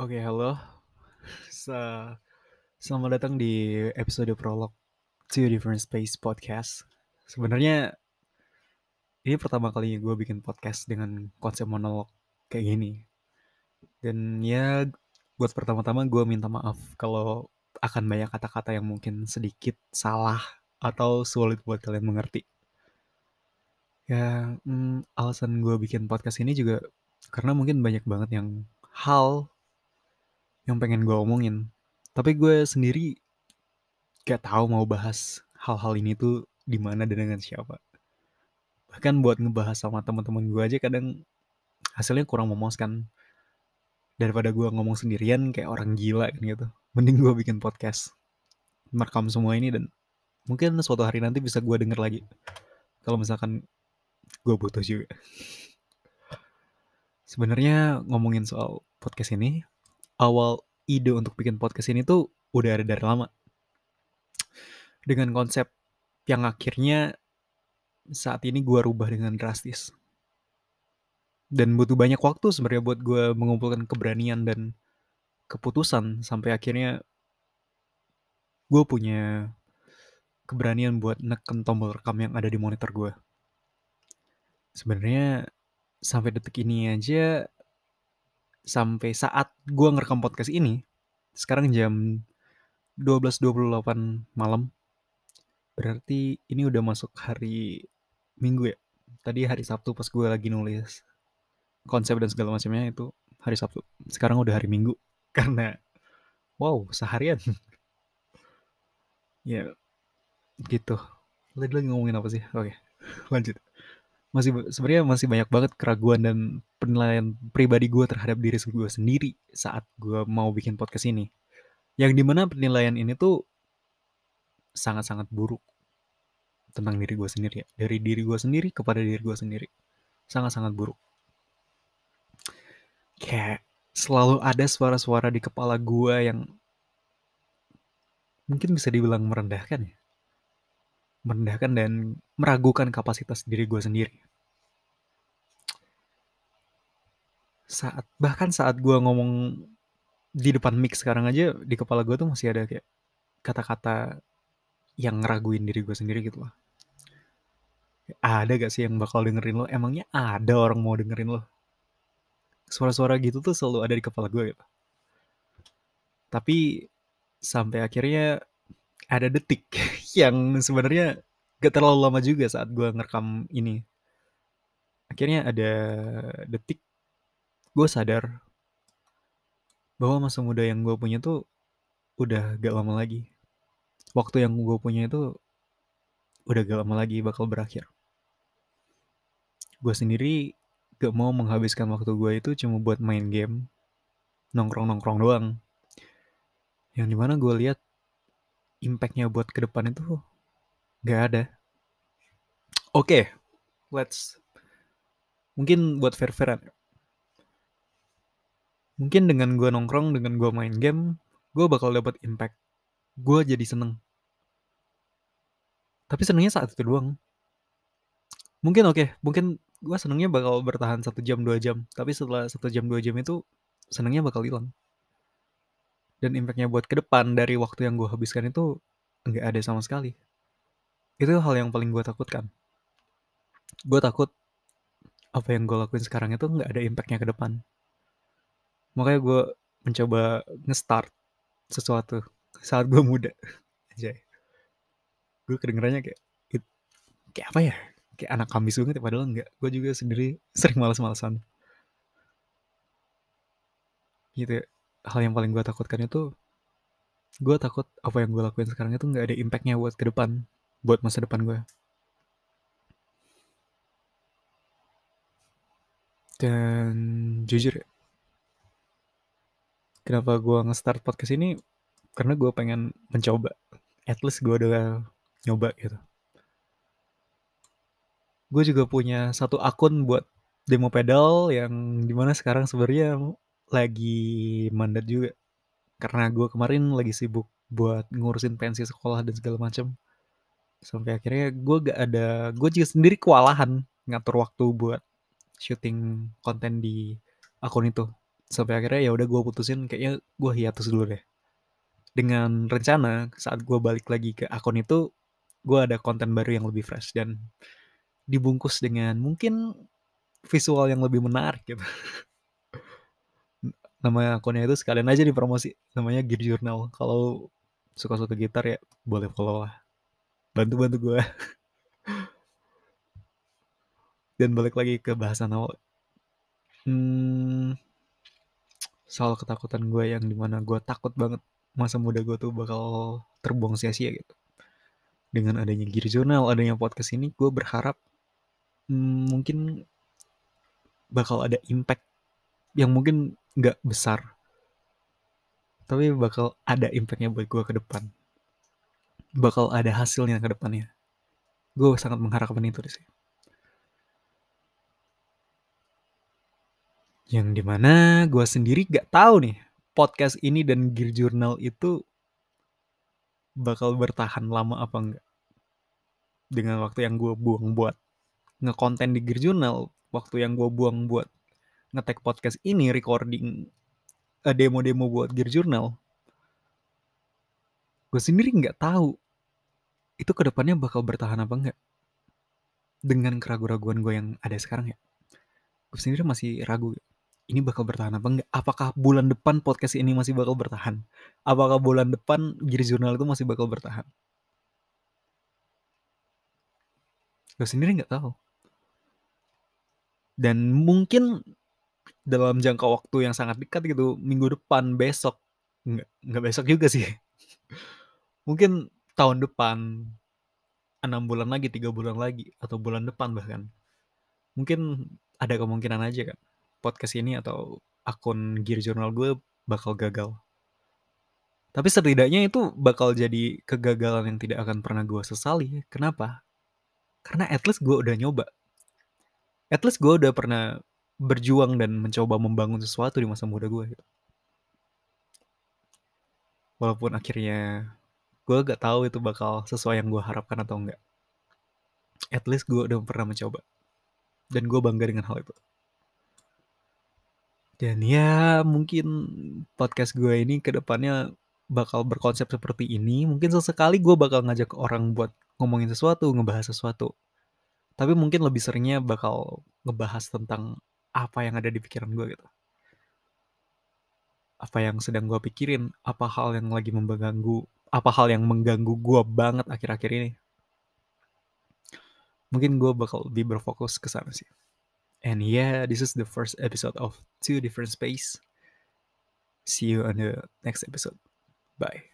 Oke, halo. Sa- Selamat datang di episode prolog to Different Space Podcast. Sebenarnya ini pertama kali gue bikin podcast dengan konsep monolog kayak gini. Dan ya buat pertama-tama gue minta maaf kalau akan banyak kata-kata yang mungkin sedikit salah atau sulit buat kalian mengerti. Ya, alasan gue bikin podcast ini juga karena mungkin banyak banget hal yang pengen gue omongin. Tapi gue sendiri gak tahu mau bahas hal-hal ini tuh di mana dan dengan siapa. Bahkan buat ngebahas sama teman-teman gue aja kadang hasilnya kurang memuaskan. Daripada gue ngomong sendirian kayak orang gila kan gitu. Mending gue bikin podcast, merekam semua ini dan mungkin suatu hari nanti bisa gue denger lagi. Kalau misalkan gue butuh juga. Sebenarnya ngomongin soal podcast ini, awal ide untuk bikin podcast ini tuh udah ada dari lama. Dengan konsep yang akhirnya saat ini gue rubah dengan drastis. Dan butuh banyak waktu sebenarnya buat gue mengumpulkan keberanian dan keputusan sampai akhirnya gue punya keberanian buat neken tombol rekam yang ada di monitor gue. Sebenarnya sampai detik ini aja, sampai saat gue ngerekam podcast ini, sekarang jam 12:28 malam, berarti ini udah masuk hari Minggu ya. Tadi hari Sabtu pas gue lagi nulis konsep dan segala macamnya itu hari Sabtu. Sekarang udah hari Minggu karena wow seharian ya gitu. Lagi ngomongin apa sih? Oke, lanjut. Sebenarnya masih banyak banget keraguan dan penilaian pribadi gue terhadap diri gue sendiri saat gue mau bikin podcast ini. Yang dimana penilaian ini tuh sangat-sangat buruk tentang diri gue sendiri ya. Dari diri gue sendiri kepada diri gue sendiri. Sangat-sangat buruk. Kayak selalu ada suara-suara di kepala gue yang mungkin bisa dibilang merendahkan ya. Merendahkan dan meragukan kapasitas diri gue sendiri. Bahkan saat gue ngomong di depan mic sekarang aja di kepala gue tuh masih ada kayak kata-kata yang ngeraguin diri gue sendiri gitu loh. Ada gak sih yang bakal dengerin lo? Emangnya ada orang mau dengerin lo? Suara-suara gitu tuh selalu ada di kepala gue gitu. Tapi sampai akhirnya ada detik yang sebenarnya gak terlalu lama juga saat gue ngerekam ini. Akhirnya ada detik gue sadar bahwa masa muda yang gue punya tuh udah gak lama lagi. Waktu yang gue punya itu udah gak lama lagi bakal berakhir. Gue sendiri gak mau menghabiskan waktu gue itu cuma buat main game, nongkrong-nongkrong doang. Yang dimana gue lihat impactnya buat ke depan itu gak ada. Oke, let's mungkin buat fair-fairan. Mungkin dengan gue nongkrong, dengan gue main game, gue bakal dapat impact. Gue jadi seneng. Tapi senengnya saat itu doang. Mungkin mungkin gue senengnya bakal bertahan 1 jam 2 jam. Tapi setelah 1 jam 2 jam itu senengnya bakal hilang. Dan impactnya buat ke depan dari waktu yang gue habiskan itu nggak ada sama sekali. Itu hal yang paling gue takutkan. Gue takut apa yang gue lakuin sekarang itu nggak ada impactnya ke depan. Makanya gue mencoba nge-start sesuatu saat gue muda aja. Gue kedengerannya kayak apa ya, kayak anak kambis banget ya, padahal enggak. Gue juga sendiri sering malas-malasan gitu ya. Hal yang paling gue takutkan itu, gue takut apa yang gue lakuin sekarang itu nggak ada impactnya buat ke depan, buat masa depan gue. Dan jujur ya, kenapa gue nge-start podcast ini, karena gue pengen mencoba, at least gue udah nyoba gitu. Gue juga punya satu akun buat demo pedal yang dimana sekarang sebenarnya lagi mandat juga karena gue kemarin lagi sibuk buat ngurusin pensi sekolah dan segala macam. Sampai akhirnya gue juga sendiri kewalahan ngatur waktu buat syuting konten di akun itu. Sampai akhirnya ya udah gue putusin kayaknya gue hiatus dulu deh. Dengan rencana saat gue balik lagi ke akun itu, gue ada konten baru yang lebih fresh dan dibungkus dengan mungkin visual yang lebih menarik gitu. Nama akunnya itu sekalian aja dipromosi, namanya Gear Journal. Kalau suka-suka gitar ya boleh follow lah. Bantu-bantu gue. Dan balik lagi ke bahasan awal. Soal ketakutan gue yang dimana gue takut banget masa muda gue tuh bakal terbuang sia-sia gitu. Dengan adanya Gear Journal, adanya podcast ini, gue berharap mungkin bakal ada impact yang mungkin nggak besar, tapi bakal ada impactnya buat gue ke depan. Bakal ada hasilnya ke depannya. Gue sangat mengharapkan itu sih. Yang dimana gue sendiri gak tahu nih, podcast ini dan Gear Journal itu bakal bertahan lama apa enggak. Dengan waktu yang gue buang buat ngekonten di Gear Journal, waktu yang gue buang buat ngetek podcast ini, recording demo-demo buat Gear Journal, gue sendiri nggak tahu itu kedepannya bakal bertahan apa enggak. Dengan keraguan-raguan gue yang ada sekarang ya, gue sendiri masih ragu. Ini bakal bertahan apa enggak? Apakah bulan depan podcast ini masih bakal bertahan? Apakah bulan depan Gear Journal itu masih bakal bertahan? Gue sendiri nggak tahu. Dan mungkin dalam jangka waktu yang sangat dekat gitu, minggu depan, besok, nggak besok juga sih. Mungkin tahun depan, 6 bulan lagi, 3 bulan lagi, atau bulan depan bahkan. Mungkin ada kemungkinan aja kan, podcast ini atau akun Gear Journal gue bakal gagal. Tapi setidaknya itu bakal jadi kegagalan yang tidak akan pernah gue sesali. Kenapa? Karena at least gue udah nyoba. At least gue udah pernah berjuang dan mencoba membangun sesuatu di masa muda gue gitu. Walaupun akhirnya gue gak tahu itu bakal sesuai yang gue harapkan atau enggak. At least gue udah pernah mencoba. Dan gue bangga dengan hal itu. Dan ya mungkin podcast gue ini ke depannya bakal berkonsep seperti ini. Mungkin sesekali gue bakal ngajak orang buat ngomongin sesuatu, ngebahas sesuatu. Tapi mungkin lebih seringnya bakal ngebahas tentang apa yang ada di pikiran gue gitu. Apa yang sedang gue pikirin, apa hal yang lagi mengganggu, apa hal yang mengganggu gue banget akhir-akhir ini. Mungkin gue bakal lebih berfokus ke sana sih. And yeah, this is the first episode of Two Different Space. See you on the next episode. Bye.